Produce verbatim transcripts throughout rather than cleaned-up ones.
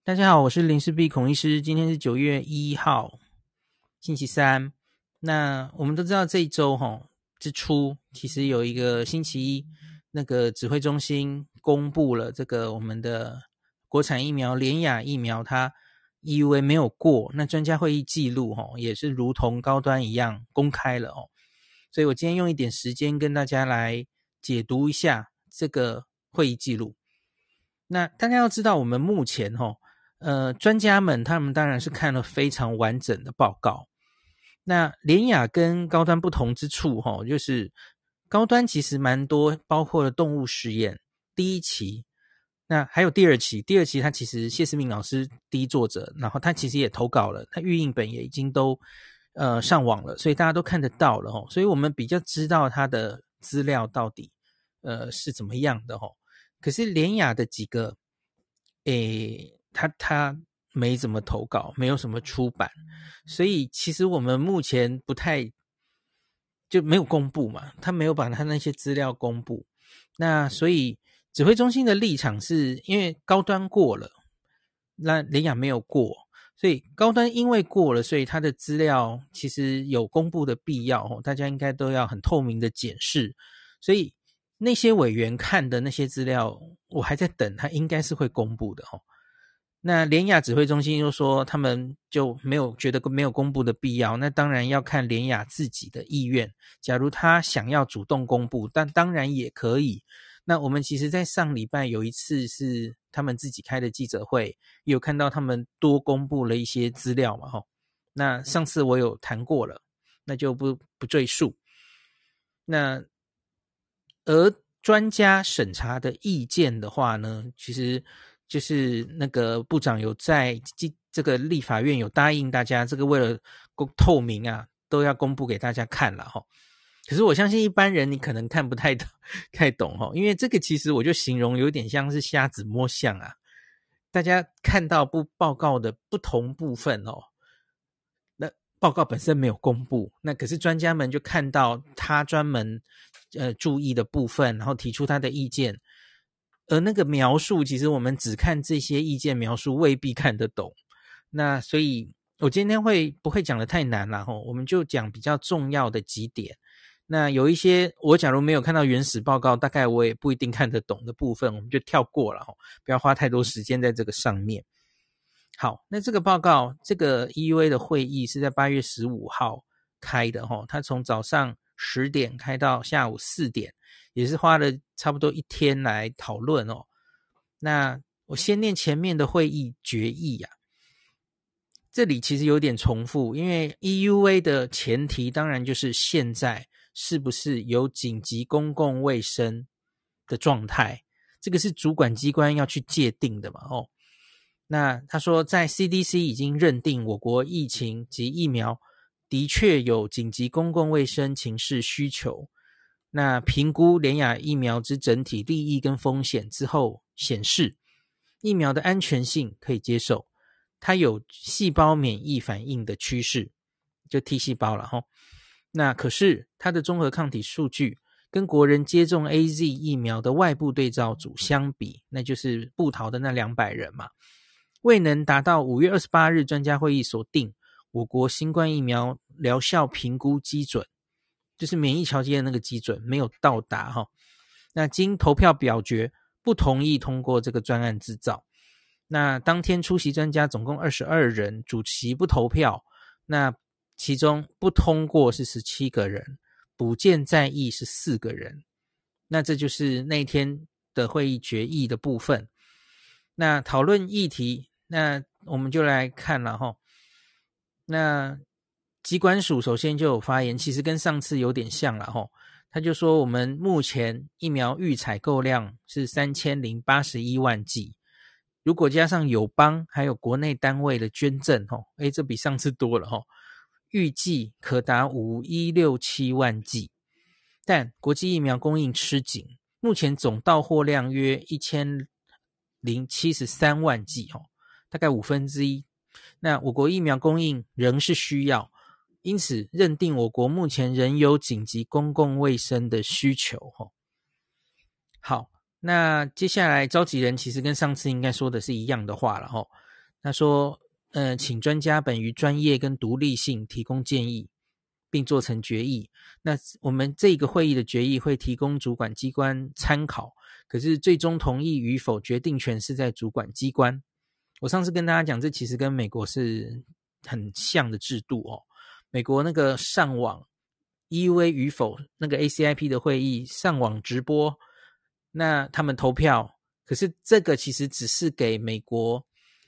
大家好，我是林氏璧孔医师。今天是九月一号，星期三。那我们都知道这一周齁之初，其实有一个星期一，那个指挥中心公布了这个我们的国产疫苗联亚疫苗，它 E U A 没有过，那专家会议记录齁也是如同高端一样公开了齁。所以我今天用一点时间跟大家来解读一下这个会议记录。那大家要知道，我们目前齁呃，专家们他们当然是看了非常完整的报告。那联亚跟高端不同之处齁，就是高端其实蛮多包括了动物实验第一期，那还有第二期，第二期他其实谢思明老师第一作者，然后他其实也投稿了，他预印本也已经都呃上网了，所以大家都看得到了齁，所以我们比较知道他的资料到底呃是怎么样的齁。可是联亚的几个诶他他没怎么投稿，没有什么出版，所以其实我们目前不太就没有公布嘛，他没有把他那些资料公布。那所以指挥中心的立场是因为高端过了，那联亚没有过，所以高端因为过了，所以他的资料其实有公布的必要，大家应该都要很透明的检视。所以那些委员看的那些资料，我还在等，他应该是会公布的。那联亚指挥中心又说他们就没有觉得没有公布的必要，那当然要看联亚自己的意愿，假如他想要主动公布，但当然也可以。那我们其实在上礼拜有一次是他们自己开的记者会，也有看到他们多公布了一些资料嘛，齁。那上次我有谈过了，那就不不赘述。那而专家审查的意见的话呢，其实就是那个部长有在这个立法院有答应大家，这个为了透明啊，都要公布给大家看了齁。可是我相信一般人你可能看不太懂太懂齁，因为这个其实我就形容有点像是瞎子摸象啊。大家看到不报告的不同部分哦，那报告本身没有公布，那可是专家们就看到他专门呃注意的部分，然后提出他的意见。而那个描述其实我们只看这些意见描述未必看得懂，那所以我今天会不会讲得太难啦齁，我们就讲比较重要的几点。那有一些我假如没有看到原始报告，大概我也不一定看得懂的部分，我们就跳过了齁，不要花太多时间在这个上面。好，那这个报告这个 E U A 的会议是在八月十五号开的齁，它从早上十点开到下午四点，也是花了差不多一天来讨论哦。那我先念前面的会议决议啊，这里其实有点重复，因为 E U A 的前提当然就是现在是不是有紧急公共卫生的状态，这个是主管机关要去界定的嘛哦。那他说在 C D C 已经认定我国疫情及疫苗的确有紧急公共卫生情势需求，那评估联亚疫苗之整体利益跟风险之后显示疫苗的安全性可以接受，它有细胞免疫反应的趋势，就 T 细胞了齁。那可是它的综合抗体数据跟国人接种 A Z 疫苗的外部对照组相比，那就是部桃的那两百人嘛，未能达到五月二十八日专家会议所定我国新冠疫苗疗效评估基准，就是免疫桥接的那个基准没有到达齁。那经投票表决不同意通过这个专案制造。那当天出席专家总共二十二人，主席不投票，那其中不通过是十七个人，补件在议是四个人。那这就是那天的会议决议的部分。那讨论议题，那我们就来看了齁。那疾管署首先就有发言，其实跟上次有点像了齁。他就说我们目前疫苗预采购量是三千零八十一万剂，如果加上友邦还有国内单位的捐赠齁，诶这比上次多了齁，预计可达五一六七万剂。但国际疫苗供应吃紧，目前总到货量约一千零七十三万剂齁，大概五分之一。那我国疫苗供应仍是需要，因此认定我国目前仍有紧急公共卫生的需求齁。好，那接下来召集人其实跟上次应该说的是一样的话了齁。 他说呃，请专家本于专业跟独立性提供建议并做成决议。那我们这个会议的决议会提供主管机关参考，可是最终同意与否决定权是在主管机关。我上次跟大家讲，这其实跟美国是很像的制度哦。美国那个上网 E U A 与否，那个 A C I P 的会议上网直播，那他们投票，可是这个其实只是给美国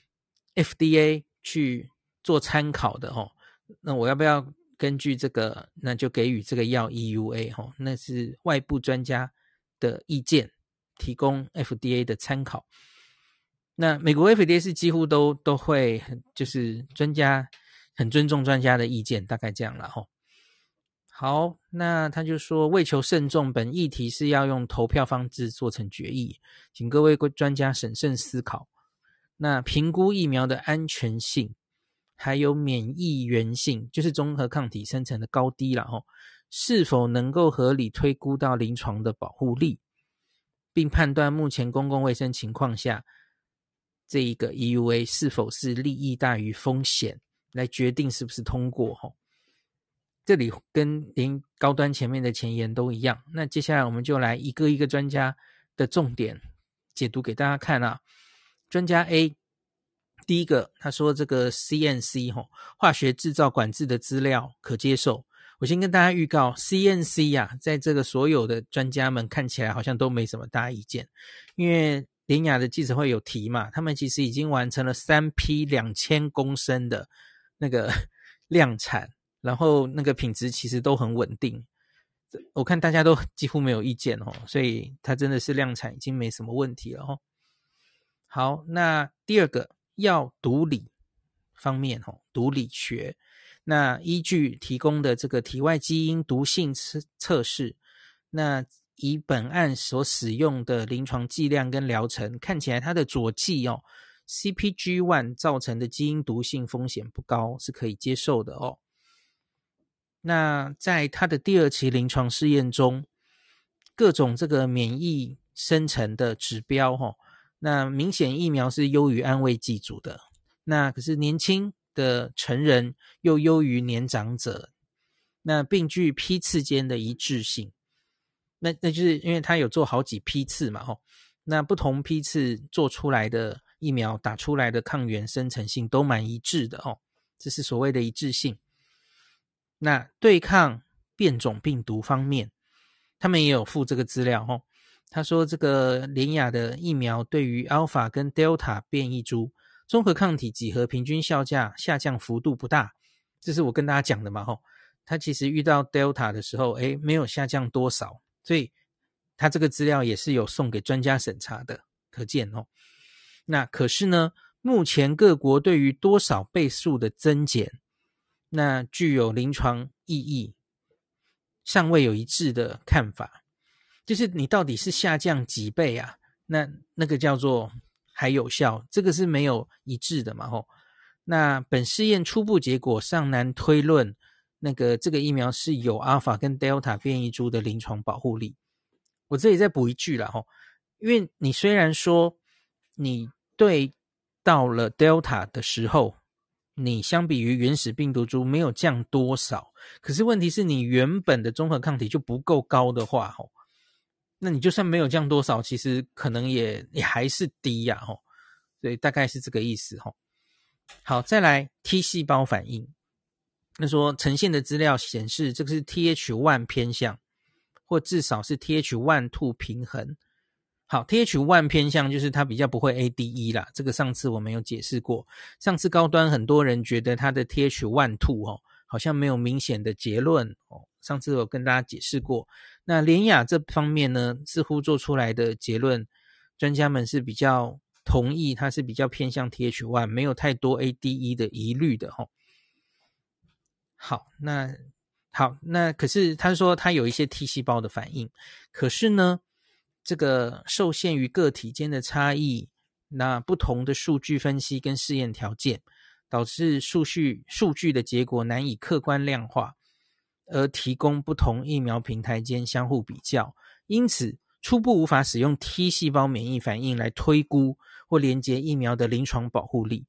F D A 去做参考的哦。那我要不要根据这个，那就给予这个药 E U A 哦，那是外部专家的意见，提供 F D A 的参考。那美国 F D A 是几乎都都会，就是专家很尊重专家的意见，大概这样啦齁。好，那他就说为求慎重，本议题是要用投票方式做成决议，请各位专家审慎思考。那评估疫苗的安全性，还有免疫原性，就是综合抗体生成的高低啦齁，是否能够合理推估到临床的保护力，并判断目前公共卫生情况下这一个 E U A 是否是利益大于风险，来决定是不是通过齁。这里跟连高端前面的前言都一样。那接下来我们就来一个一个专家的重点解读给大家看啊。专家 A 第一个，他说这个 C N C 齁，化学制造管制的资料可接受。我先跟大家预告 C N C 啊，在这个所有的专家们看起来好像都没什么大意见，因为联雅的记者会有提嘛，他们其实已经完成了三批两千公升的那个量产，然后那个品质其实都很稳定，我看大家都几乎没有意见哦，所以它真的是量产已经没什么问题了哦。好，那第二个药毒理方面哦，毒理学，那依据提供的这个体外基因毒性测试，那以本案所使用的临床剂量跟疗程，看起来它的佐剂哦 C P G 一 造成的基因毒性风险不高，是可以接受的哦。那在它的第二期临床试验中，各种这个免疫生成的指标齁，那明显疫苗是优于安慰剂组的，那可是年轻的成人又优于年长者，那并具批次间的一致性。那那就是因为它有做好几批次嘛齁，那不同批次做出来的疫苗打出来的抗原生成性都蛮一致的齁，这是所谓的一致性。那对抗变种病毒方面，他们也有附这个资料齁。他说这个联雅的疫苗对于 Alpha 跟 Delta 变异株综合抗体几何平均效价下降幅度不大，这是我跟大家讲的嘛齁。他其实遇到 Delta 的时候，诶，没有下降多少，所以他这个资料也是有送给专家审查的，可见齁。那可是呢，目前各国对于多少倍数的增减，那具有临床意义，尚未有一致的看法。就是你到底是下降几倍啊？那那个叫做还有效，这个是没有一致的嘛吼。那本试验初步结果尚难推论，那个这个疫苗是有 Alpha 跟 Delta 变异株的临床保护力。我这里再补一句啦吼，因为你虽然说你对到了 Delta 的时候，你相比于原始病毒株没有降多少，可是问题是你原本的综合抗体就不够高的话吼，那你就算没有降多少，其实可能也也还是低呀、啊、吼，所以大概是这个意思吼。好，再来 T 细胞反应，那说呈现的资料显示这个是 T H 一 偏向，或至少是 T H 一 二 平衡。好 ，T H 一 偏向就是它比较不会 A D E 啦，这个上次我们有解释过。上次高端很多人觉得它的 T H 一 二 哦，好像没有明显的结论哦。上次我跟大家解释过。那联雅这方面呢，似乎做出来的结论，专家们是比较同意，它是比较偏向 T H 一，没有太多 A D E 的疑虑的哦。好，那好，那可是他说他有一些 T 细胞的反应，可是呢，这个受限于个体间的差异，那不同的数据分析跟试验条件，导致数据数据的结果难以客观量化，而提供不同疫苗平台间相互比较，因此初步无法使用 T 细胞免疫反应来推估或连接疫苗的临床保护力。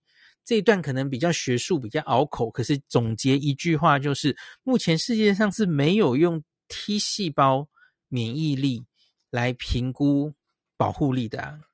这一段可能比较学术比较拗口，可是总结一句话就是，目前世界上是没有用 T 细胞免疫力来评估保护力的啊，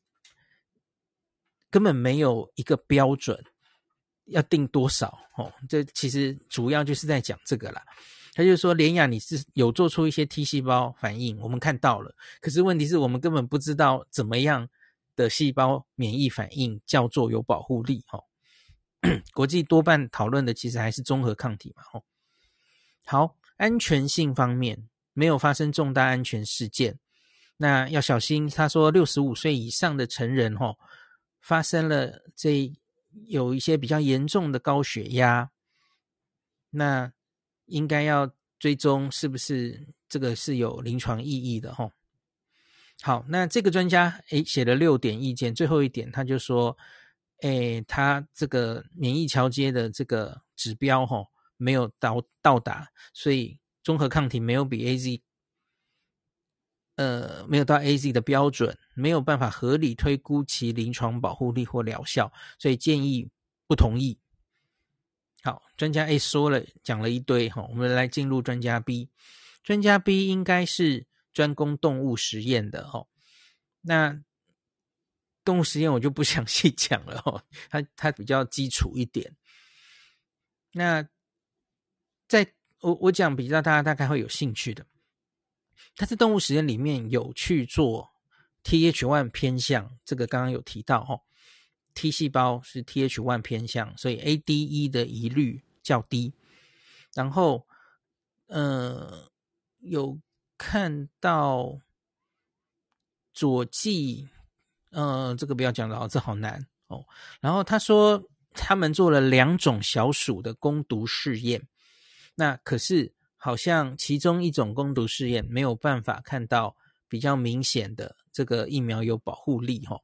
根本没有一个标准要定多少哦，这其实主要就是在讲这个啦。他就说联雅你是有做出一些 T 细胞反应，我们看到了，可是问题是我们根本不知道怎么样的细胞免疫反应叫做有保护力哦。国际多半讨论的其实还是综合抗体嘛哦。好，安全性方面没有发生重大安全事件，那要小心。他说六十五岁以上的成人哦，发生了这有一些比较严重的高血压，那应该要追踪是不是这个是有临床意义的齁。好，那这个专家诶写了六点意见，最后一点他就说，诶他这个免疫桥接的这个指标齁没有到到达，所以综合抗体没有比 A Z 呃没有到 A Z 的标准，没有办法合理推估其临床保护力或疗效，所以建议不同意。好，专家 A 说了讲了一堆齁，我们来进入专家 B。专家 B 应该是专攻动物实验的齁，那动物实验我就不详细讲了齁，它它比较基础一点。那在我我讲比较大家大概会有兴趣的，它在动物实验里面有去做 T H 一 偏向，这个刚刚有提到齁。T 细胞是 T H 一 偏向，所以 A D E 的疑虑较低。然后呃有看到佐剂，呃这个不要讲了，这好难哦。然后他说他们做了两种小鼠的攻毒试验，那可是好像其中一种攻毒试验没有办法看到比较明显的这个疫苗有保护力齁。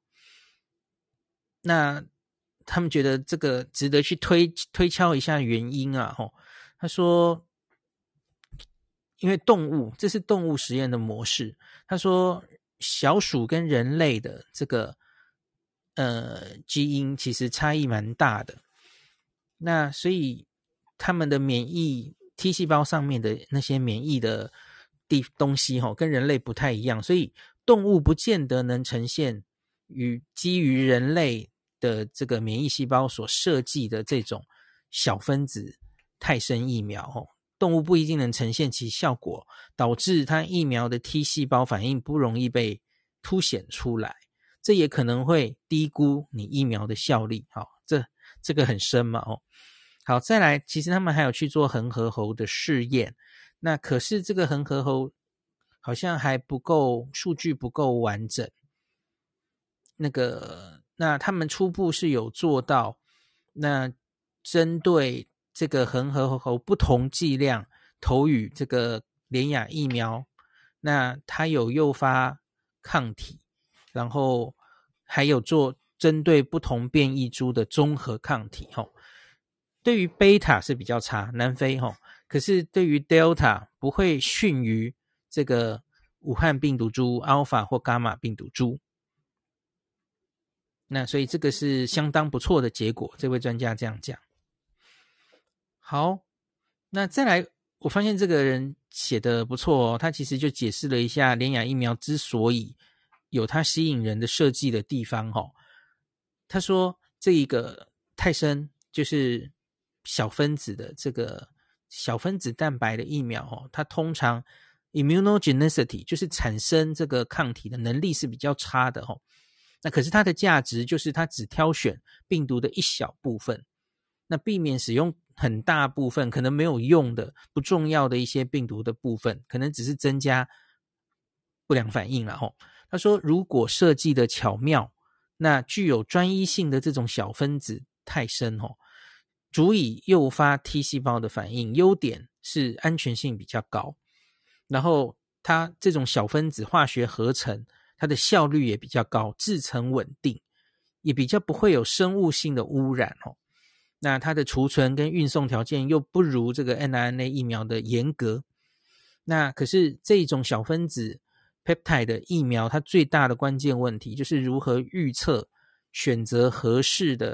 那他们觉得这个值得去推推敲一下原因啊齁。他说因为动物，这是动物实验的模式，他说小鼠跟人类的这个呃基因其实差异蛮大的，那所以他们的免疫 T 细胞上面的那些免疫的地东西齁跟人类不太一样，所以动物不见得能呈现与基于人类的这个免疫细胞所设计的这种小分子泰生疫苗齁，动物不一定能呈现其效果，导致它疫苗的 T 细胞反应不容易被凸显出来，这也可能会低估你疫苗的效力。好，这这个很深嘛哦。好，再来，其实他们还有去做恒河猴的试验，那可是这个恒河猴好像还不够，数据不够完整。那个，那他们初步是有做到，那针对这个恒河猴不同剂量投予这个联雅疫苗，那它有诱发抗体，然后还有做针对不同变异株的综合抗体齁。对于贝塔是比较差，南非齁，可是对于 Delta 不会逊于这个武汉病毒株、Alpha 或伽马病毒株。那所以这个是相当不错的结果，这位专家这样讲。好，那再来，我发现这个人写得不错哦，他其实就解释了一下联雅疫苗之所以有它吸引人的设计的地方哦。他说这一个泰生就是小分子的这个小分子蛋白的疫苗哦，它通常 immunogenicity 就是产生这个抗体的能力是比较差的哦。那可是它的价值就是它只挑选病毒的一小部分，那避免使用很大部分可能没有用的不重要的一些病毒的部分，可能只是增加不良反应啦齁。他说如果设计的巧妙，那具有专一性的这种小分子泰生齁，足以诱发 T 细胞的反应，优点是安全性比较高，然后它这种小分子化学合成它的效率也比较高，制程稳定，也比较不会有生物性的污染哦。那它的储存跟运送条件又不如这个 M R N A 疫苗的严格。那可是这种小分子 peptide 的疫苗，它最大的关键问题就是如何预测选择合适的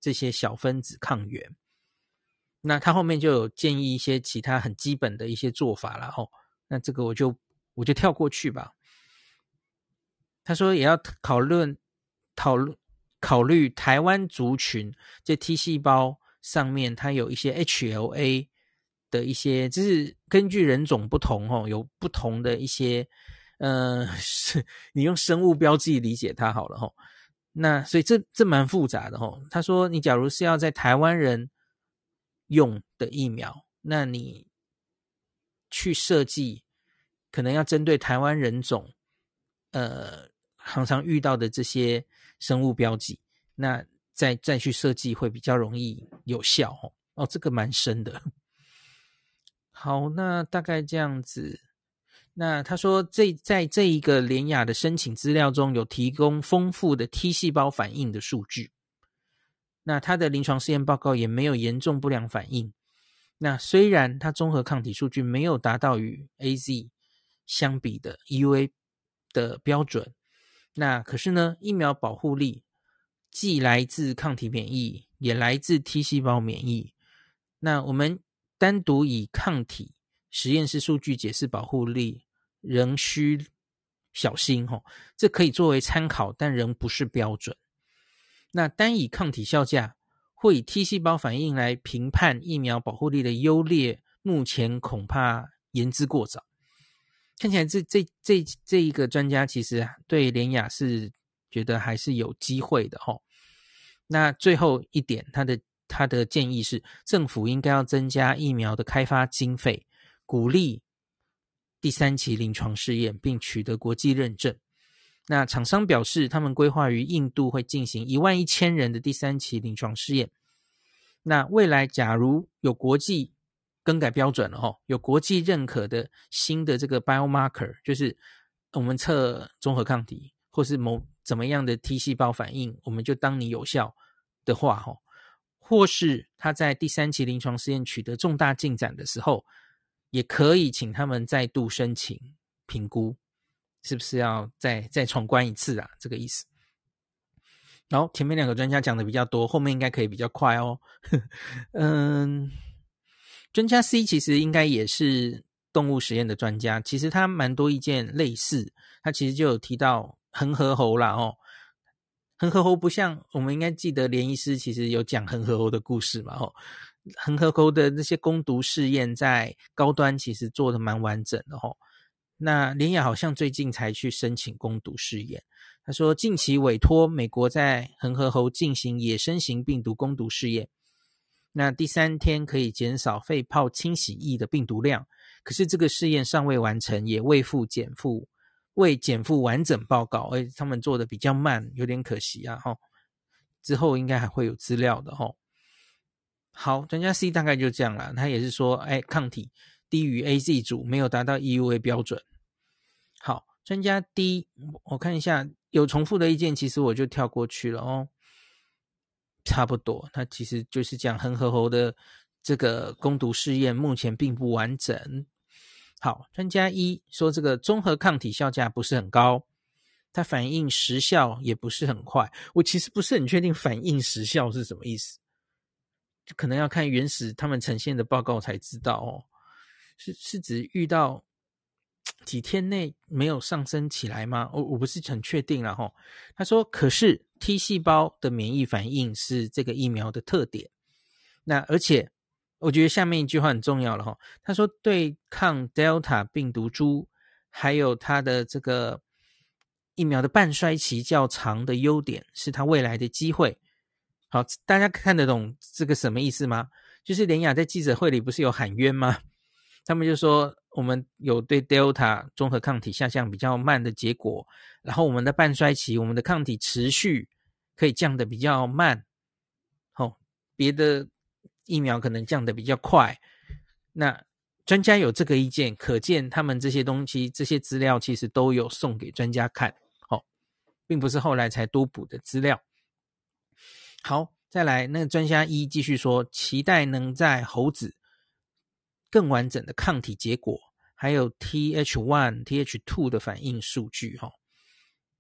这些小分子抗原。那他后面就有建议一些其他很基本的一些做法啦齁，那这个我就我就跳过去吧。他说也要讨论讨论考虑台湾族群这 T 细胞上面它有一些 H L A 的一些，就是根据人种不同齁，有不同的一些呃是你用生物标记理解它好了齁。那所以这这蛮复杂的齁。他说你假如是要在台湾人用的疫苗，那你去设计可能要针对台湾人种呃常常遇到的这些生物标记，那再再去设计会比较容易有效哦。哦，这个蛮深的。好，那大概这样子。那他说这在这一个联雅的申请资料中有提供丰富的 T 细胞反应的数据，那他的临床试验报告也没有严重不良反应。那虽然它综合抗体数据没有达到与 A Z 相比的 E U A 的标准，那可是呢，疫苗保护力既来自抗体免疫，也来自 T 细胞免疫。那我们单独以抗体实验室数据解释保护力，仍需小心齁，这可以作为参考，但仍不是标准。那单以抗体效价或以 T 细胞反应来评判疫苗保护力的优劣，目前恐怕言之过早。看起来这这这这一个专家其实对联雅是觉得还是有机会的齁。那最后一点，他的他的建议是，政府应该要增加疫苗的开发经费，鼓励第三期临床试验，并取得国际认证。那厂商表示，他们规划于印度会进行一万一千人的第三期临床试验。那未来假如有国际更改标准了齁，有国际认可的新的这个 biomarker， 就是我们测综合抗体或是某怎么样的 T 细胞反应，我们就当你有效的话齁，或是他在第三期临床试验取得重大进展的时候，也可以请他们再度申请评估，是不是要再再闯关一次啊？这个意思。然后前面两个专家讲的比较多，后面应该可以比较快哦。嗯，专家 C 其实应该也是动物实验的专家，其实他蛮多意见类似，他其实就有提到恒河猴啦哦。恒河猴不像我们应该记得连医师其实有讲恒河猴的故事嘛哦。恒河猴的那些攻毒试验在高端其实做的蛮完整的哦。那联雅好像最近才去申请攻毒试验，他说近期委托美国在恒河猴进行野生型病毒攻毒试验，那第三天可以减少肺泡清洗液的病毒量，可是这个试验尚未完成，也未附减负未减负完整报告，而他们做的比较慢，有点可惜啊齁。之后应该还会有资料的齁。好，专家 C 大概就这样啦，他也是说哎，抗体低于 A Z 组，没有达到 E U A 标准。好，专家 D 我看一下有重复的意见，其实我就跳过去了哦。差不多，他其实就是讲恒河猴的这个攻毒试验目前并不完整。好，专家一说这个综合抗体效价不是很高，它反应时效也不是很快。我其实不是很确定反应时效是什么意思，就可能要看原始他们呈现的报告才知道哦。是是指遇到几天内没有上升起来吗？我我不是很确定啦齁。他说，可是 T 细胞的免疫反应是这个疫苗的特点。那而且我觉得下面一句话很重要了齁。他说，对抗 Delta 病毒株还有它的这个疫苗的半衰期较长的优点，是它未来的机会。好，大家看得懂这个什么意思吗？就是联雅在记者会里不是有喊冤吗？他们就说我们有对 Delta 综合抗体下降比较慢的结果，然后我们的半衰期，我们的抗体持续可以降得比较慢，哦，别的疫苗可能降得比较快。那专家有这个意见，可见他们这些东西这些资料其实都有送给专家看，哦，并不是后来才多补的资料。好，再来那个专家一继续说，期待能在猴子更完整的抗体结果，还有 T H 一 T H 二 的反应数据齁。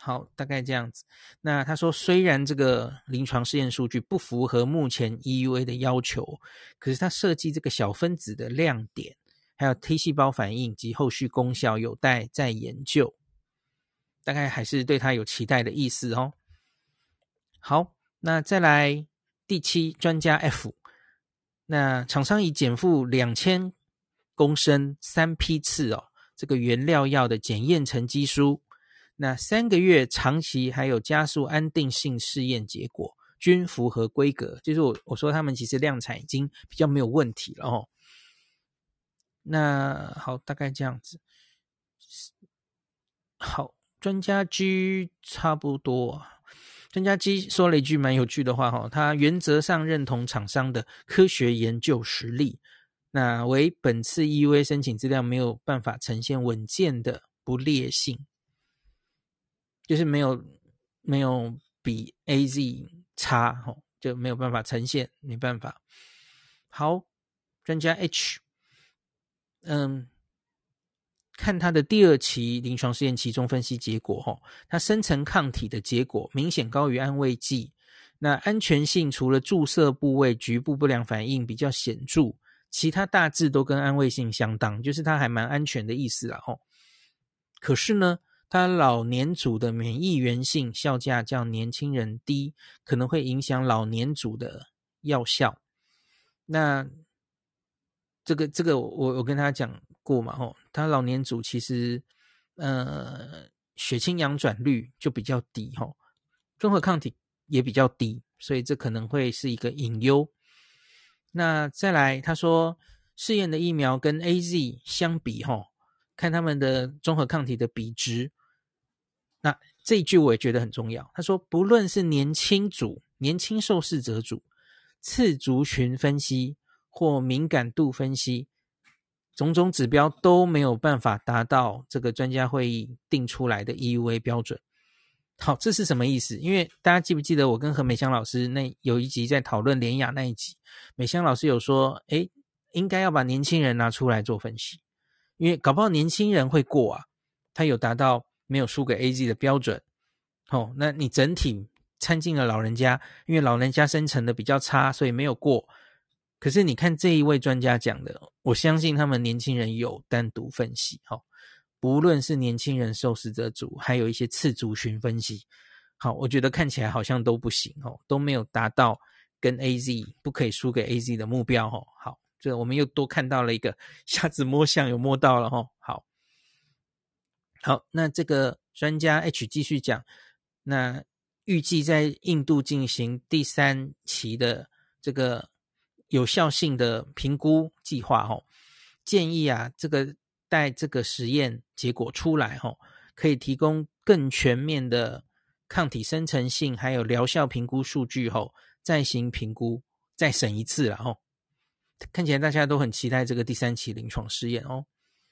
好，大概这样子。那他说，虽然这个临床试验数据不符合目前 E U A 的要求，可是他设计这个小分子的亮点，还有 T 细胞反应及后续功效有待再研究。大概还是对他有期待的意思哦。好，那再来第七专家 F， 那厂商以减负两千公升三批次哦，这个原料药的检验成绩书，那三个月长期还有加速安定性试验结果均符合规格，就是我我说他们其实量产已经比较没有问题了哦。那好，大概这样子。好，专家 G 差不多。专家 G 说了一句蛮有趣的话哈，他原则上认同厂商的科学研究实力，那为本次 E U A 申请资料没有办法呈现稳健的不劣性，就是没有没有比 A Z 差哈，就没有办法呈现，没办法。好，专家 H， 嗯。看他的第二期临床试验期中分析结果齁，它生成抗体的结果明显高于安慰剂，那安全性除了注射部位局部不良反应比较显著，其他大致都跟安慰性相当，就是它还蛮安全的意思啦齁。可是呢，它老年组的免疫原性效价较年轻人低，可能会影响老年组的药效。那这个这个我我跟他讲过嘛吼，他老年组其实呃血清阳转率就比较低吼，综合抗体也比较低，所以这可能会是一个隐忧。那再来他说试验的疫苗跟 A Z 相比吼，看他们的综合抗体的比值，那这一句我也觉得很重要。他说不论是年轻组、年轻受试者组、次族群分析或敏感度分析，种种指标都没有办法达到这个专家会议定出来的 E U A 标准。好，这是什么意思？因为大家记不记得我跟何美香老师那有一集在讨论联雅那一集，美香老师有说，诶，应该要把年轻人拿出来做分析，因为搞不好年轻人会过啊，他有达到没有输给 A Z 的标准。哦，那你整体参进了老人家，因为老人家生成的比较差，所以没有过。可是你看这一位专家讲的，我相信他们年轻人有单独分析，哦，不论是年轻人受试者组，还有一些次族群分析，好，我觉得看起来好像都不行哦，都没有达到跟 A Z 不可以输给 A Z 的目标哦。好，这我们又多看到了一个瞎子摸象，有摸到了哦。好，好，那这个专家 H 继续讲，那预计在印度进行第三期的这个有效性的评估计划哦，建议啊，这个待这个实验结果出来哦，可以提供更全面的抗体生成性还有疗效评估数据后，再行评估，再审一次啦哦。看起来大家都很期待这个第三期临床试验哦。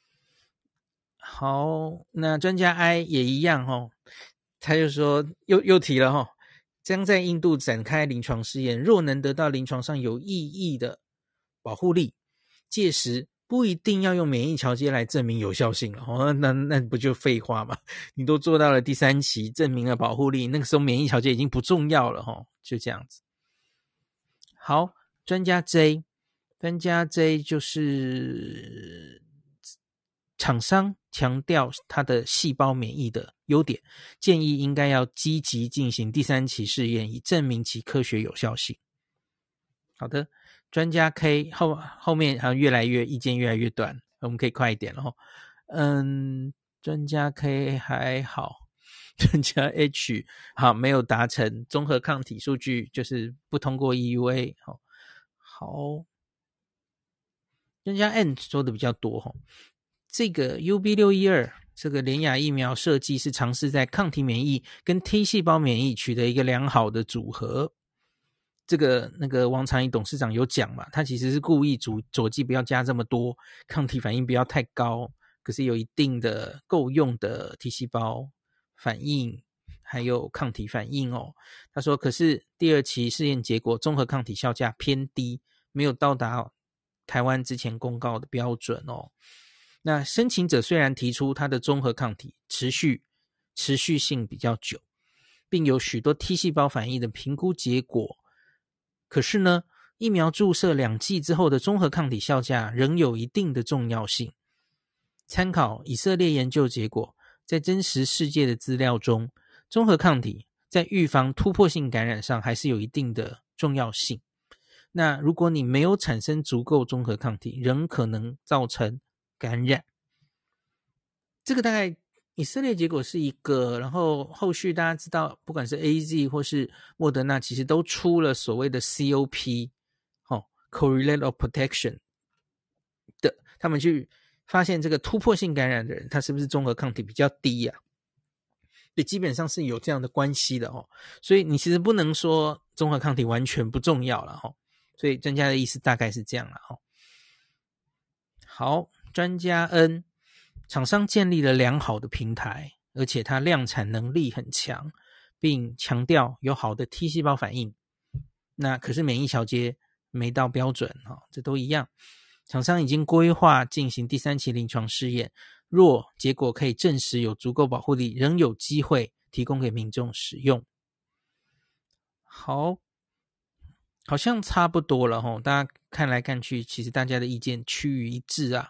好，那专家 I 也一样哦，他就说又又提了哦，将在印度展开临床试验，若能得到临床上有意义的保护力，届时不一定要用免疫桥接来证明有效性了哦，那那不就废话吗？你都做到了第三期，证明了保护力，那个时候免疫桥接已经不重要了哦，就这样子。好，专家 J， 专家 J 就是厂商强调它的细胞免疫的优点，建议应该要积极进行第三期试验，以证明其科学有效性。好的，专家 K 后后面好像越来越意见越来越短，我们可以快一点了。嗯，专家 K 还好，专家 H 好没有达成综合抗体数据，就是不通过 E U A。好，好，专家 N 说的比较多。这个 U B 六一二 这个联雅疫苗设计是尝试在抗体免疫跟 T 细胞免疫取得一个良好的组合。这个那个王长义董事长有讲嘛，他其实是故意佐佐剂不要加这么多，抗体反应不要太高，可是有一定的够用的 T 细胞反应还有抗体反应哦。他说可是第二期试验结果综合抗体效价偏低，没有到达台湾之前公告的标准哦。那申请者虽然提出他的综合抗体持续持续性比较久，并有许多 T 细胞反应的评估结果。可是呢，疫苗注射两剂之后的综合抗体效价仍有一定的重要性。参考以色列研究结果，在真实世界的资料中，综合抗体在预防突破性感染上还是有一定的重要性。那如果你没有产生足够综合抗体，仍可能造成感染。这个大概以色列结果是一个，然后后续大家知道，不管是 A Z 或是莫德纳，其实都出了所谓的 C O P、哦、Correlate of Protection 的，他们去发现这个突破性感染的人，他是不是综合抗体比较低啊？对，基本上是有这样的关系的哦。所以你其实不能说综合抗体完全不重要了哦。所以专家的意思大概是这样了哦。好，专家 N， 厂商建立了良好的平台，而且它量产能力很强，并强调有好的 T 细胞反应。那可是免疫桥接没到标准哦，这都一样。厂商已经规划进行第三期临床试验，若结果可以证实有足够保护力，仍有机会提供给民众使用。好，好像差不多了齁，大家看来看去，其实大家的意见趋于一致啊。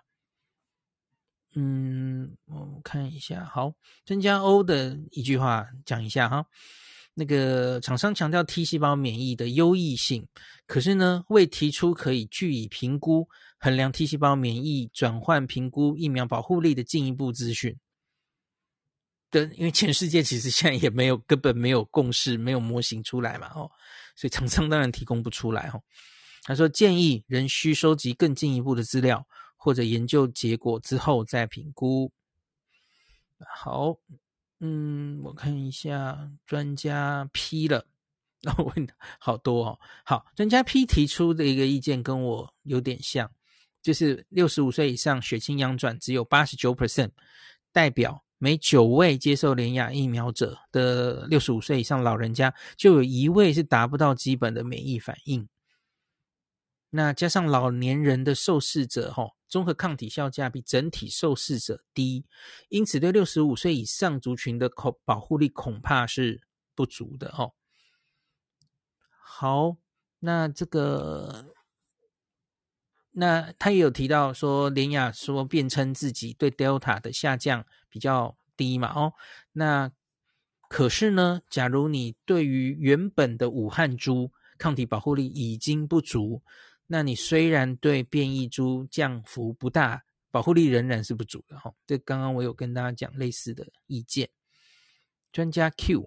嗯，我看一下，好，增加 O 的一句话讲一下哈。那个厂商强调 T 细胞免疫的优异性，可是呢，未提出可以据以评估衡量 T 细胞免疫转换评估疫苗保护力的进一步资讯。对，因为全世界其实现在也没有根本没有共识，没有模型出来嘛，哦，所以厂商当然提供不出来哦。他说建议仍需收集更进一步的资料，或者研究结果之后再评估。好，嗯，我看一下专家 P 了，那我问好多哦。好，专家 P 提出的一个意见跟我有点像，就是六十五岁以上血清阳转只有 百分之八十九， 代表每九位接受联亚疫苗者的六十五岁以上老人家，就有一位是达不到基本的免疫反应。那加上老年人的受试者齁，综合抗体效价比整体受试者低，因此对六十五岁以上族群的保护力恐怕是不足的齁。好，那这个那他也有提到说，联亚说辩称自己对 Delta 的下降比较低嘛哦，那可是呢，假如你对于原本的武汉株抗体保护力已经不足，那你虽然对变异株降幅不大，保护力仍然是不足的齁。这刚刚我有跟大家讲类似的意见。专家 Q，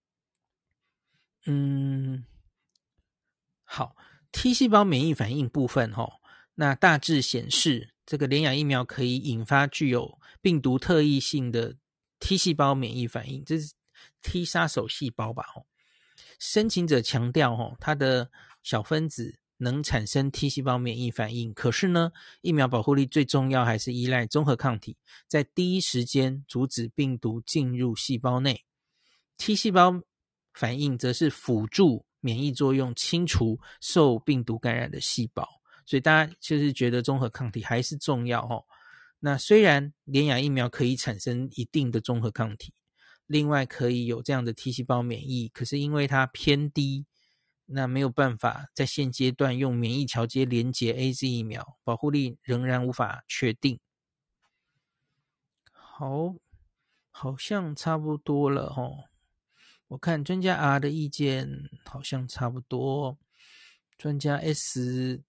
嗯，好 ，T 细胞免疫反应部分齁，那大致显示这个联亚疫苗可以引发具有病毒特异性的 T 细胞免疫反应，这是 T 杀手细胞吧齁。申请者强调齁，它的小分子能产生 T 细胞免疫反应，可是呢，疫苗保护力最重要还是依赖综合抗体，在第一时间阻止病毒进入细胞内。T 细胞反应则是辅助免疫作用，清除受病毒感染的细胞。所以大家就是觉得综合抗体还是重要哦。那虽然联亚疫苗可以产生一定的综合抗体，另外可以有这样的 T 细胞免疫，可是因为它偏低，那没有办法在现阶段用免疫桥接连结 A Z 疫苗，保护力仍然无法确定。好，好像差不多了齁。我看专家 R 的意见好像差不多。专家 S，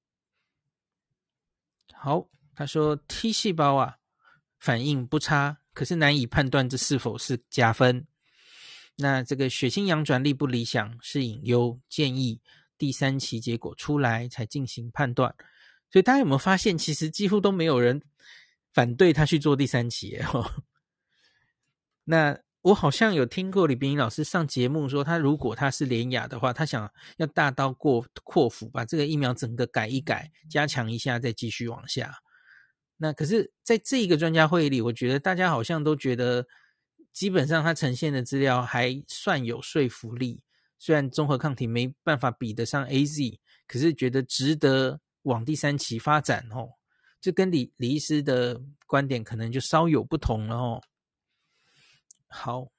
好，他说 T 细胞啊反应不差，可是难以判断这是否是加分。那这个血清阳转力不理想是隐忧，建议第三期结果出来才进行判断。所以大家有没有发现，其实几乎都没有人反对他去做第三期耶、哦、那我好像有听过李秉颖老师上节目说，他如果他是联亚的话，他想要大刀过阔斧把这个疫苗整个改一改，加强一下再继续往下。那可是在这一个专家会议里，我觉得大家好像都觉得基本上他呈现的资料还算有说服力，虽然综合抗体没办法比得上 A Z， 可是觉得值得往第三期发展哦。这跟李李医师的观点可能就稍有不同了哦。好，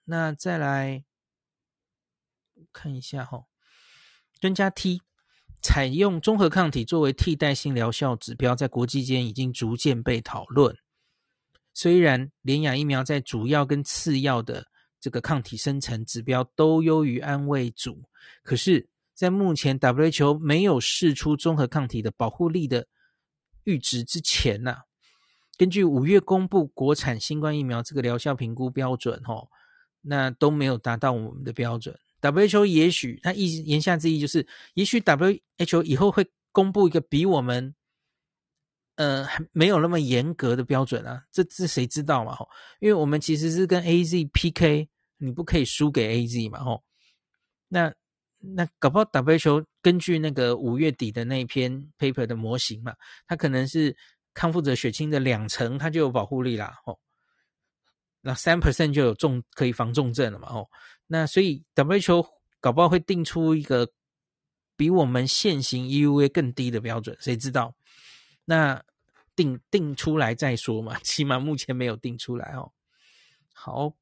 那再来看一下哈，专家 T 采用综合抗体作为替代性疗效指标，在国际间已经逐渐被讨论。虽然联亚疫苗在主要跟次要的这个抗体生成指标都优于安慰组，可是在目前 W H O 没有释出综合抗体的保护力的阈值之前啊，根据五月公布国产新冠疫苗这个疗效评估标准、哦、那都没有达到我们的标准。 W H O 也许它意言下之意就是也许 W H O 以后会公布一个比我们呃没有那么严格的标准啊，这这谁知道嘛、哦、因为我们其实是跟 A Z P K， 你不可以输给 A Z 嘛、哦、那那搞不好 W H O 根据那个五月底的那一篇 paper 的模型嘛，它可能是康复者血清的两成它就有保护力啦、哦、那 百分之三 就有重可以防重症了嘛、哦、那所以 W H O 搞不好会定出一个比我们现行 E U A 更低的标准，谁知道？那定定出来再说嘛，起码目前没有定出来哦。好，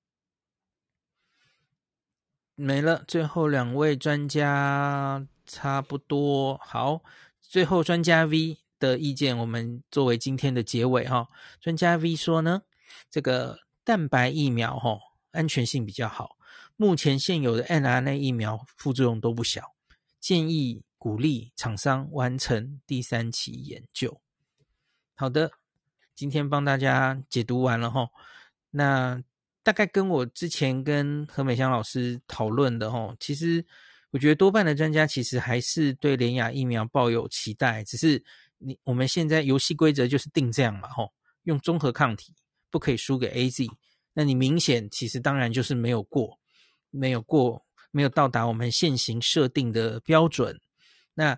没了，最后两位专家差不多。好，最后专家 V 的意见我们作为今天的结尾哈、哦。专家 V 说呢，这个蛋白疫苗哈、哦、安全性比较好，目前现有的 M R N A 疫苗副作用都不小，建议鼓励厂商完成第三期研究。好的，今天帮大家解读完了齁，那大概跟我之前跟何美香老师讨论的齁，其实我觉得多半的专家其实还是对联亚疫苗抱有期待，只是你我们现在游戏规则就是定这样嘛齁，用综合抗体不可以输给 A Z， 那你明显其实当然就是没有过，没有过，没有到达我们现行设定的标准，那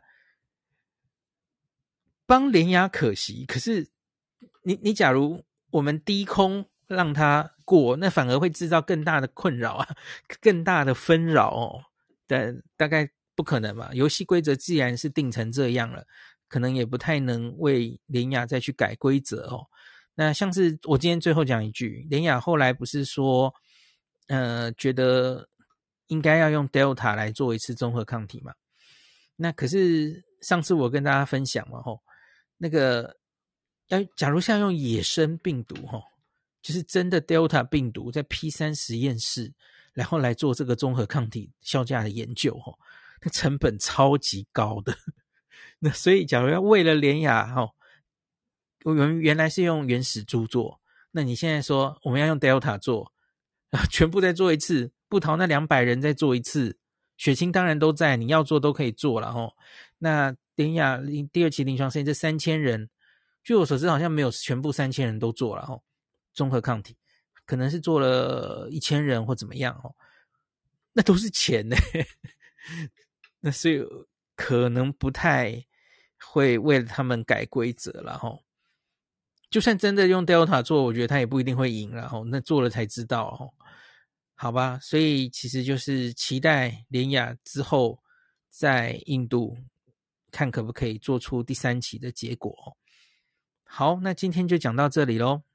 帮联亚可惜，可是你你假如我们低空让它过，那反而会制造更大的困扰啊，更大的纷扰哦。但大概不可能嘛，游戏规则既然是定成这样了，可能也不太能为联亚再去改规则哦。那像是我今天最后讲一句，联亚后来不是说呃觉得应该要用 Delta 来做一次综合抗体嘛？那可是上次我跟大家分享嘛吼，那个要假如像用野生病毒吼，就是真的 Delta 病毒在 P 三 实验室，然后来做这个综合抗体效价的研究吼，那成本超级高的。那所以假如要为了联亚吼，我们原来是用原始株做，那你现在说我们要用 Delta 做，全部再做一次，不逃那两百人再做一次，血清当然都在，你要做都可以做了齁。那联亚第二期临床试验这三千人，据我所知好像没有全部三千人都做了齁，综合抗体可能是做了一千人或怎么样齁，那都是钱呢。那所以可能不太会为了他们改规则了齁。就算真的用 Delta 做，我觉得他也不一定会赢了齁，那做了才知道齁。好吧，所以其实就是期待联亚之后在印度看可不可以做出第三期的结果。好，那今天就讲到这里咯。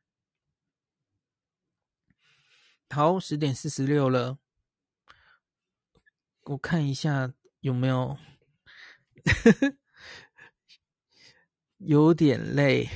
好，十点四十六了，我看一下有没有有点累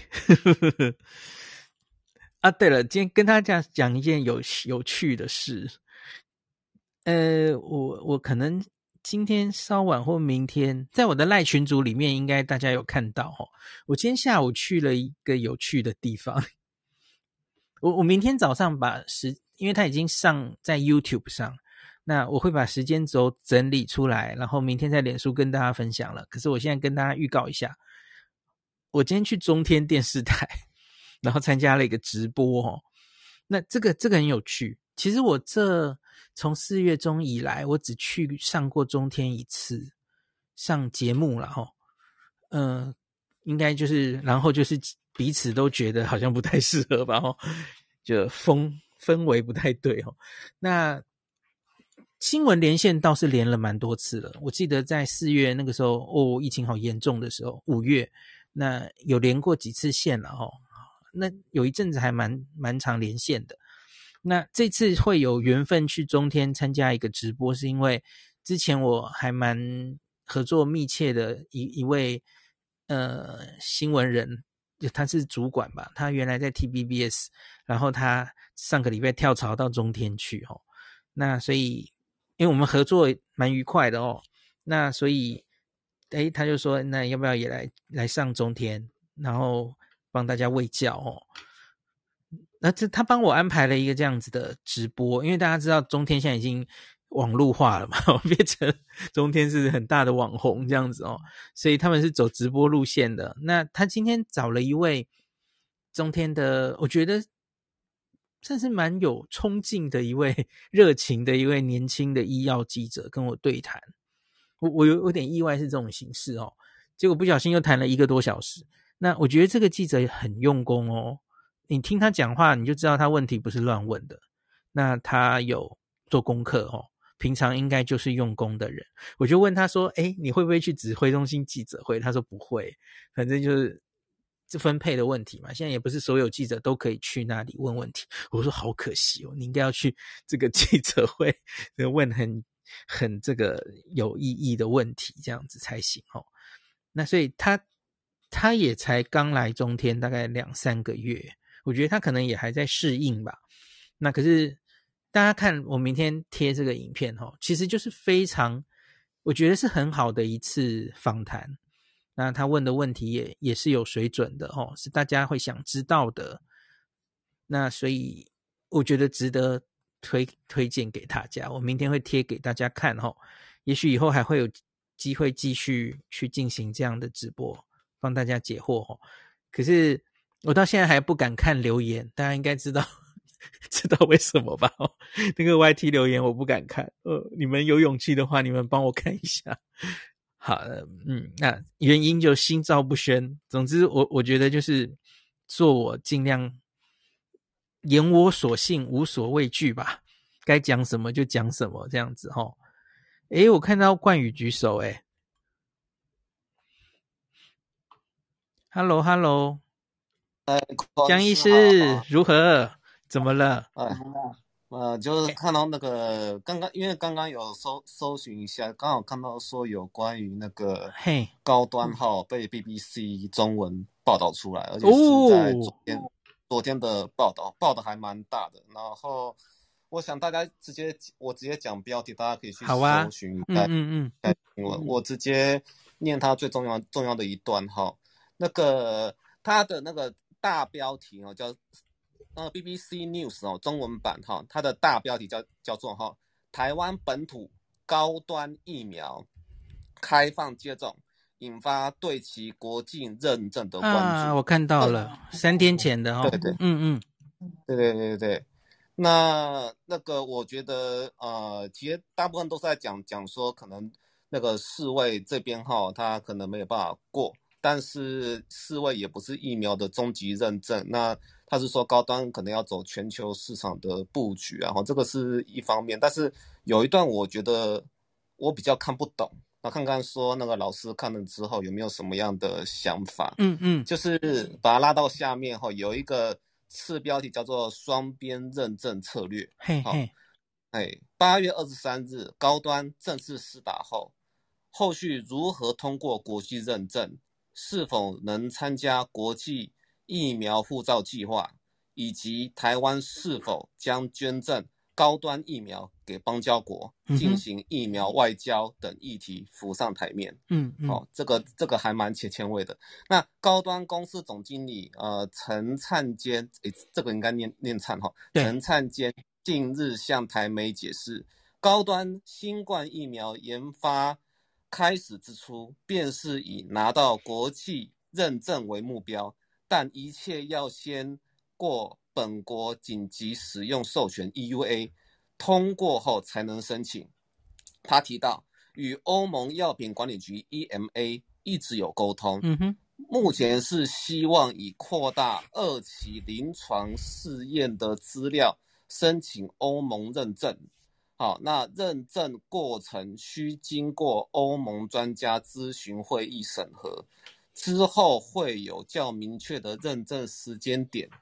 啊。对了，今天跟大家讲一件有有趣的事。呃，我我可能今天稍晚或明天，在我的赖群组里面，应该大家有看到哦。我今天下午去了一个有趣的地方。我我明天早上把时，因为它已经上在 YouTube 上，那我会把时间轴整理出来，然后明天在脸书跟大家分享了。可是我现在跟大家预告一下，我今天去中天电视台，然后参加了一个直播哦。那这个这个很有趣。其实我这从四月中以来，我只去上过中天一次上节目了齁。嗯、呃，应该就是然后就是彼此都觉得好像不太适合吧齁，就风氛围不太对齁。那新闻连线倒是连了蛮多次了，我记得在四月那个时候哦，疫情好严重的时候，五月那有连过几次线了齁。那有一阵子还蛮蛮常连线的。 那这次会有缘分去中天参加一个直播，是因为之前我还蛮合作密切的一一位呃新闻人，他是主管吧，他原来在 T V B S， 然后他上个礼拜跳槽到中天去哦。那所以因为我们合作蛮愉快的哦，那所以诶他就说那要不要也来来上中天，然后帮大家卫教哦。那这他帮我安排了一个这样子的直播，因为大家知道中天现在已经网络化了嘛，变成中天是很大的网红这样子哦，所以他们是走直播路线的。那他今天找了一位中天的，我觉得算是蛮有冲劲的一位热情的一位年轻的医药记者跟我对谈，我我有有点意外是这种形式哦，结果不小心又谈了一个多小时。那我觉得这个记者很用功哦，你听他讲话你就知道他问题不是乱问的，那他有做功课哦，平常应该就是用功的人。我就问他说诶你会不会去指挥中心记者会，他说不会，反正就是这分配的问题嘛，现在也不是所有记者都可以去那里问问题。我说好可惜哦，你应该要去这个记者会问很很这个有意义的问题，这样子才行哦。那所以他他也才刚来中天大概两三个月，我觉得他可能也还在适应吧。那可是大家看我明天贴这个影片哦，其实就是非常我觉得是很好的一次访谈。那他问的问题也也是有水准的哦，是大家会想知道的。那所以我觉得值得推推荐给大家，我明天会贴给大家看哦。也许以后还会有机会继续去进行这样的直播，帮大家解惑哦。可是我到现在还不敢看留言，大家应该知道知道为什么吧？哦，那个 Y T 留言我不敢看，呃，你们有勇气的话，你们帮我看一下。好的，嗯，那原因就心照不宣。总之我，我我觉得就是做我尽量言我所信，无所畏惧吧。该讲什么就讲什么，这样子齁。诶，我看到冠宇举手，诶 ，Hello Hello， 哎，孔医江医师好。 师如何？怎么了？ 哎，呃，就是看到那个刚刚，因为刚刚有搜搜寻一下，刚好看到说有关于那个嘿， 高端号被 B B C 中文报道出来，而且是在昨哦， 天昨天的报道，报的还蛮大的。然后我想大家直接我直接讲标题，大家可以去好啊， 搜寻一下嗯嗯看新闻。我直接念它最重要重要的一段哈，那个它的那个大标题哦叫。呃 B B C News 哦，中文版哈，它的大标题叫叫做哈，台湾本土高端疫苗开放接种，引发对其国际认证的嗯，啊， 关注。 我看到呃， 了，三天前的哦， 对对嗯嗯， 对对对对。那那个我觉得呃，其实大部分都是在讲讲说，可能那个世卫这边哈，他可能没有办法过。但是世卫也不是疫苗的终极认证，那他是说高端可能要走全球市场的布局啊，这个是一方面。但是有一段我觉得我比较看不懂，那看看说那个老师看了之后有没有什么样的想法。 嗯嗯， 就是把它拉到下面后，有一个次标题叫做双边认证策略。好， 嘿嘿， 哎，八月二十三日高端正式施打后，后续如何通过国际认证？是否能参加国际疫苗护照计划，以及台湾是否将捐赠高端疫苗给邦交国，进行疫苗外交等议题浮上台面。 嗯嗯， 哦，这个这个还蛮前前卫的。那高端公司总经理呃陈灿坚，诶，这个应该念念灿哈，陈灿坚近日向台媒解释，高端新冠疫苗研发开始之初，便是以拿到国际认证为目标，但一切要先过本国紧急使用授权 E U A 通过后才能申请。他提到，与欧盟药品管理局 E M A 一直有沟通， 嗯哼， 目前是希望以扩大二期临床试验的资料申请欧盟认证。好，那认证过程需经过欧盟专家咨询会议审核，之后会有较明确的认证时间点。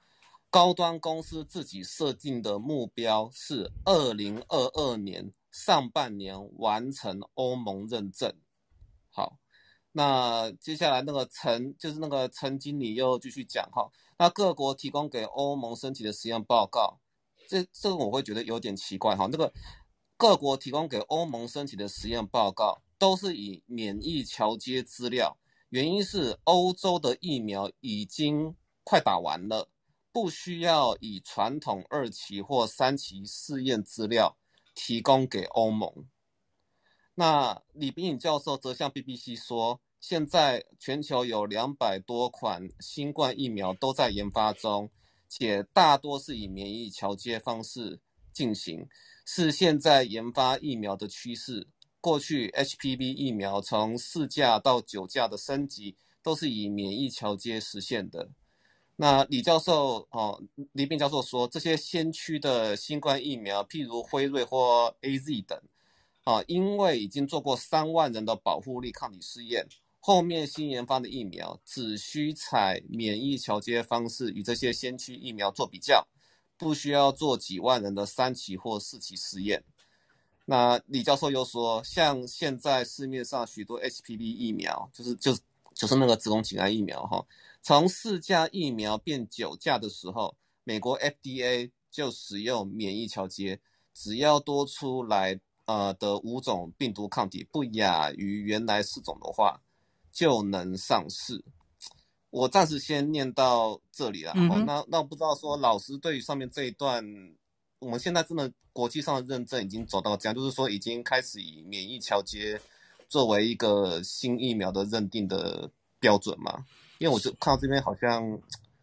高端公司自己设定的目标是二零二二年上半年完成欧盟认证。好，那接下来那个陈就是那个陈经理又继续讲哈，那各国提供给欧盟申请的实验报告，这这个我会觉得有点奇怪哈。那个各国提供给欧盟申请的实验报告都是以免疫桥接资料，原因是欧洲的疫苗已经快打完了，不需要以传统二期或三期试验资料提供给欧盟。那李秉颖教授则向 B B C 说，现在全球有两百多款新冠疫苗都在研发中，且大多是以免疫桥接方式进行，是现在研发疫苗的趋势。过去 H P V 疫苗从四价到九价的升级都是以免疫桥接实现的。那李教授哦，李秉教授说，这些先驱的新冠疫苗，譬如辉瑞或 A Z 等，啊，因为已经做过三万人的保护力抗体试验，后面新研发的疫苗只需采免疫桥接方式与这些先驱疫苗做比较，不需要做几万人的三期或四期试验。那李教授又说，像现在市面上许多 H P V 疫苗，就是就是就是那个子宫颈癌疫苗哈，从四价疫苗变九价的时候，美国 F D A 就使用免疫桥接，只要多出来呃的五种病毒抗体不亚于原来四种的话，就能上市。我暂时先念到这里啦。嗯、那那我不知道说老师对于上面这一段，我们现在真的国际上的认证已经走到这样，就是说已经开始以免疫桥接作为一个新疫苗的认定的标准嘛？因为我就看到这边好像，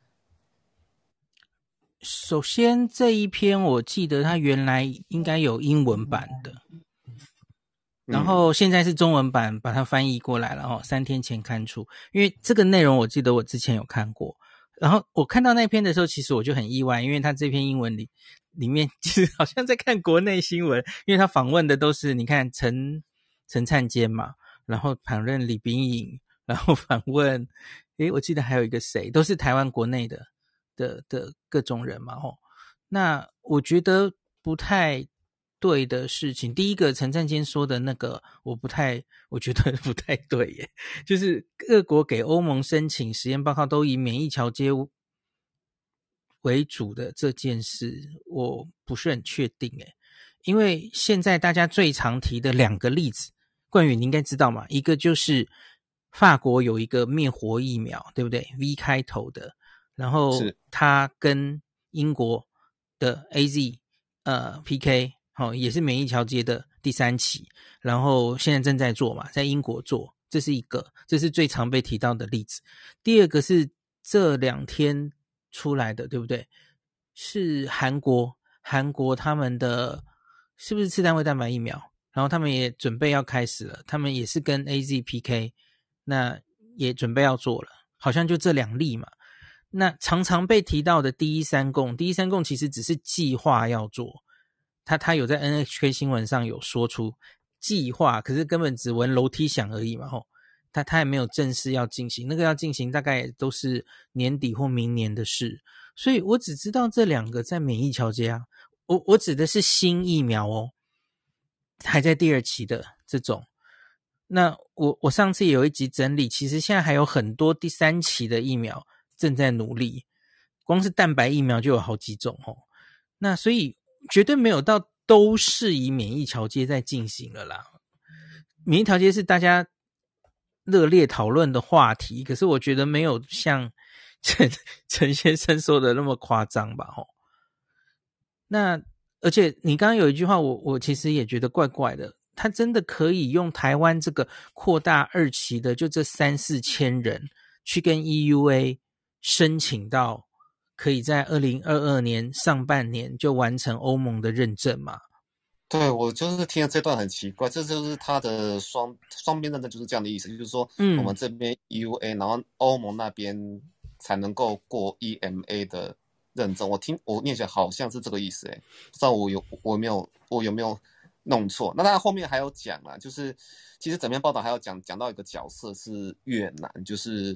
首先这一篇我记得它原来应该有英文版的，然后现在是中文版把它翻译过来了哦，三天前刊出。因为这个内容我记得我之前有看过，然后我看到那篇的时候，其实我就很意外，因为他这篇英文里里面其实好像在看国内新闻，因为他访问的都是你看陈陈灿坚嘛，然后访问李秉颖，然后访问诶我记得还有一个谁，都是台湾国内的的的各种人嘛吼。那我觉得不太对的事情，第一个陈灿坚说的那个我不太我觉得不太对耶，就是各国给欧盟申请实验报告都以免疫桥接为主的这件事我不是很确定耶，因为现在大家最常提的两个例子，冠宇你应该知道嘛，一个就是法国有一个灭活疫苗对不对 V 开头的，然后它跟英国的 A Z 呃 P K 好、哦、也是免疫桥接的第三期，然后现在正在做嘛，在英国做，这是一个，这是最常被提到的例子。第二个是这两天出来的对不对，是韩国韩国他们的是不是次单位蛋白疫苗，然后他们也准备要开始了，他们也是跟 A Z P K 那也准备要做了，好像就这两例嘛。那常常被提到的第一三共，第一三共其实只是计划要做，他他有在 N H K 新闻上有说出计划，可是根本只闻楼梯响而已嘛吼，他他也没有正式要进行，那个要进行大概也都是年底或明年的事，所以我只知道这两个在免疫桥接啊，我我指的是新疫苗哦，还在第二期的这种。那我我上次也有一集整理，其实现在还有很多第三期的疫苗正在努力，光是蛋白疫苗就有好几种哦。那所以绝对没有到都是以免疫桥接在进行了啦。免疫桥接是大家热烈讨论的话题，可是我觉得没有像陈陈先生说的那么夸张吧吼。那而且你刚刚有一句话我我其实也觉得怪怪的，他真的可以用台湾这个扩大二期的就这三四千人去跟 E U A 申请到可以在二零二二年上半年就完成欧盟的认证吗？ 对，我就是听了这段很奇怪，这就是他的双双边认证就是这样的意思，就是说我们这边 E U A、嗯、然后欧盟那边才能够过 E M A 的认证，我听我念起来好像是这个意思，诶，不知道我有我有没有我有没有弄错。那他后面还有讲啦，就是其实整篇报道还有讲讲到一个角色是越南，就是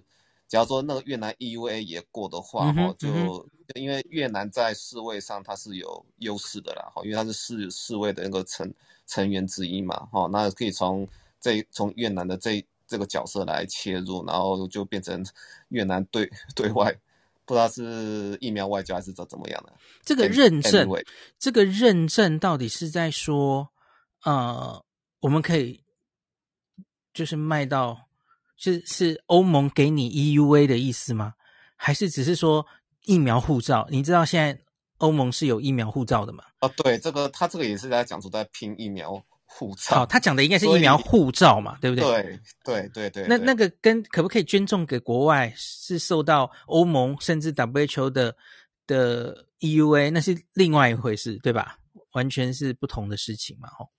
假如说那个越南 E U A 也过的话，哈、 嗯， 就、 嗯、 因为越南在世卫上它是有优势的啦，哈，因为它是世世卫的那个成成员之一嘛，哈，那可以从这从越南的这这个角色来切入，然后就变成越南对对外。不知道是疫苗外交还是怎怎么样的。 这个认证 anyway, 这个认证到底是在说呃我们可以就是卖到是是欧盟给你 E U A 的意思吗？还是只是说疫苗护照？你知道现在欧盟是有疫苗护照的吗？ 哦，对，这个他这个也是在讲说在拼疫苗护照。 好，他讲的应该是疫苗护照嘛，对不对？ 对对对对。 那那个跟可不可以捐赠给国外，是受到欧盟甚至 W H O 的的 E U A， 那是另外一回事，对吧？完全是不同的事情嘛，吼。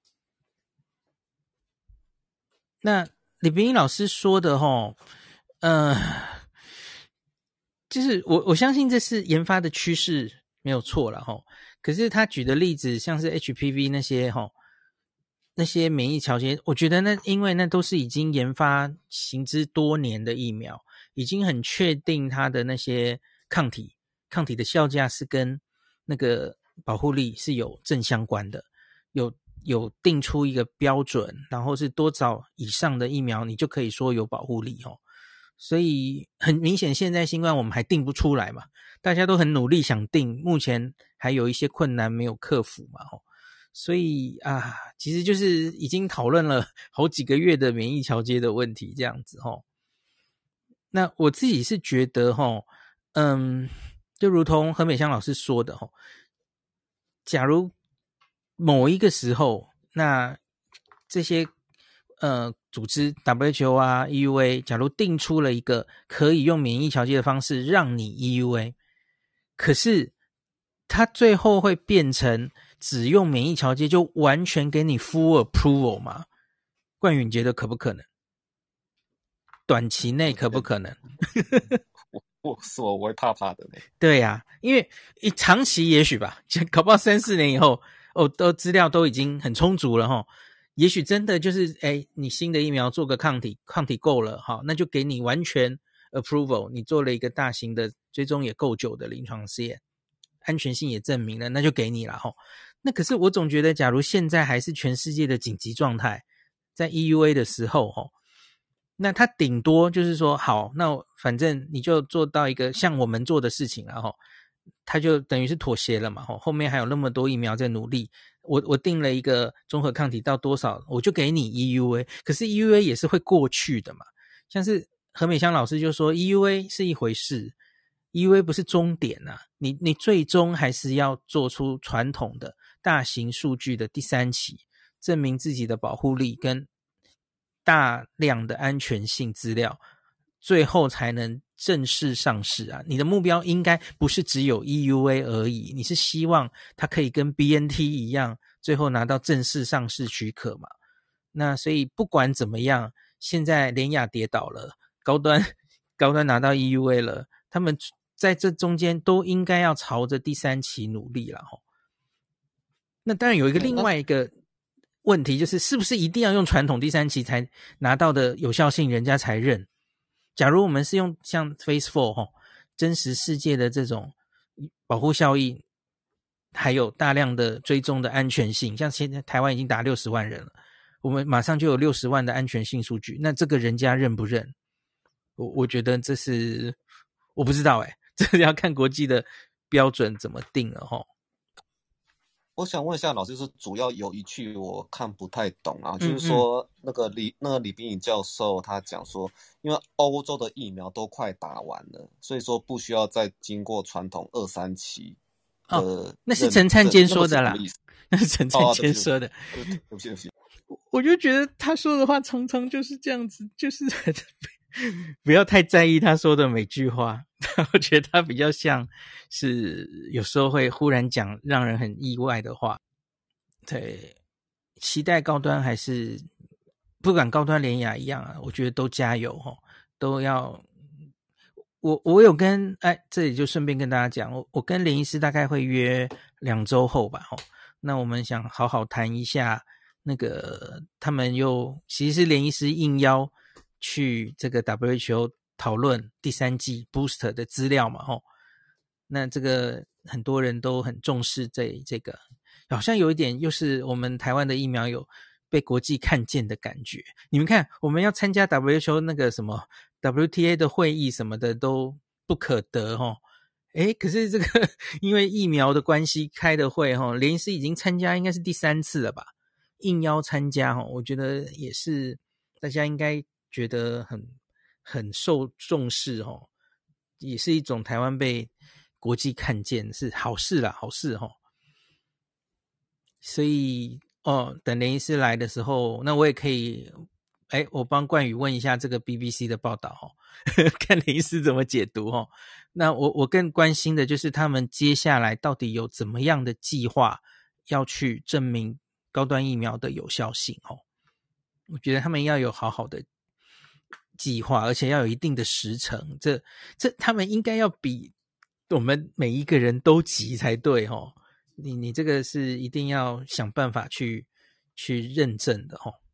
那李秉英老师说的，吼，呃，就是我我相信这是研发的趋势，没有错了，吼。可是他举的例子，像是 H P V 那些，吼。那些免疫桥接，我觉得那因为那都是已经研发行之多年的疫苗，已经很确定它的那些抗体抗体的效价是跟那个保护力是有正相关的，有有定出一个标准，然后是多少以上的疫苗你就可以说有保护力哦。所以很明显现在新冠我们还定不出来嘛，大家都很努力想定，目前还有一些困难没有克服嘛哦。所以啊，其实就是已经讨论了好几个月的免疫桥接的问题，这样子齁。那我自己是觉得齁，嗯，就如同何美香老师说的齁，假如某一个时候，那这些呃组织 W H O 啊 E U A， 假如定出了一个可以用免疫桥接的方式让你 E U A， 可是它最后会变成只用免疫桥接就完全给你 full approval 吗？冠宇你觉得可不可能？短期内可不可能？ 我我说我会怕怕的呢。 对呀、啊，因为一长期也许吧，搞不好三四年以后，哦，都资料都已经很充足了齁，也许真的就是哎，你新的疫苗做个抗体，抗体够了哈，那就给你完全 approval， 你做了一个大型的追踪也够久的临床试验，安全性也证明了，那就给你了齁。那可是我总觉得，假如现在还是全世界的紧急状态，在 E U A 的时候齁，那他顶多就是说，好，那反正你就做到一个像我们做的事情，然后他就等于是妥协了嘛，后面还有那么多疫苗在努力，我我定了一个综合抗体到多少，我就给你 E U A， 可是 E U A 也是会过去的嘛，像是何美香老师就说 E U A 是一回事， E U A 不是终点啊，你你最终还是要做出传统的大型数据的第三期，证明自己的保护力跟大量的安全性资料，最后才能正式上市啊！你的目标应该不是只有 E U A 而已，你是希望它可以跟 B N T 一样，最后拿到正式上市许可嘛？那所以不管怎么样，现在联亚跌倒了，高端高端拿到 E U A 了，他们在这中间都应该要朝着第三期努力了齁。那当然有一个另外一个问题，就是是不是一定要用传统第三期才拿到的有效性人家才认？假如我们是用像 Phase 四 齁，真实世界的这种保护效益，还有大量的追踪的安全性，像现在台湾已经达六十万人了，我们马上就有六十万的安全性数据，那这个人家认不认？我我觉得这是我不知道诶，这个要看国际的标准怎么定了齁。 我想问一下老师，是主要有一句我看不太懂啊， 嗯嗯就是说那个李那个李秉颖教授他讲说，因为欧洲的疫苗都快打完了，所以说不需要再经过传统二三期的、 哦，那是陈灿坚说的啦，那是陈灿坚说的。 对不起对不起， 我就觉得他说的话常常就是这样子，就是不要太在意他说的每句话，我觉得他比较像是有时候会忽然讲让人很意外的话。对，期待高端还是不管高端联亚一样啊，我觉得都加油齁，都要。我我有跟哎，这里就顺便跟大家讲，我我跟连医师大概会约两周后吧齁，那我们想好好谈一下那个他们又其实是连医师应邀去这个 W H O 讨论第三剂 booster 的资料嘛，吼，那这个很多人都很重视这这个，好像有一点又是我们台湾的疫苗有被国际看见的感觉。你们看，我们要参加 W H O 那个什么 W T A 的会议什么的都不可得齁，诶，可是这个因为疫苗的关系开的会齁，连医师已经参加应该是第三次了吧，应邀参加齁，我觉得也是大家应该觉得很很受重视齁，也是一种台湾被国际看见，是好事啦，好事齁。所以哦，等连医师来的时候，那我也可以，哎，我帮冠宇问一下这个 B B C 的报道哦，看连医师怎么解读哦。那我我更关心的就是他们接下来到底有怎么样的计划要去证明高端疫苗的有效性哦。我觉得他们要有好好的计划，而且要有一定的时程，这这他们应该要比我们每一个人都急才对哦。你你这个是一定要想办法去去认证的齁。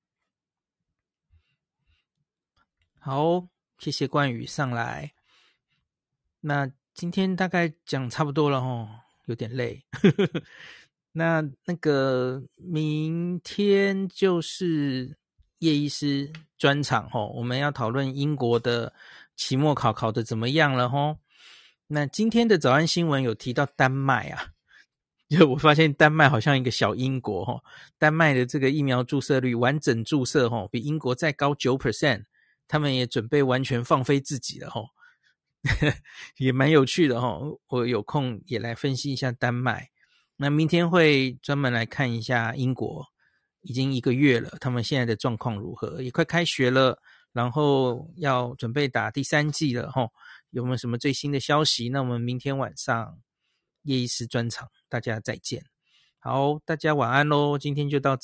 好，谢谢冠宇上来。那今天大概讲差不多了齁，有点累。那那个明天就是叶医师专场齁，我们要讨论英国的期末考考得怎么样了齁。那今天的早安新闻有提到丹麦啊。就我发现丹麦好像一个小英国齁，丹麦的这个疫苗注射率完整注射齁比英国再高 百分之九， 他们也准备完全放飞自己了齁，也蛮有趣的齁，我有空也来分析一下丹麦。那明天会专门来看一下英国，已经一个月了，他们现在的状况如何，也快开学了，然后要准备打第三剂了齁，有没有什么最新的消息？那我们明天晚上叶医师专场大家再见。好，大家晚安咯，今天就到这。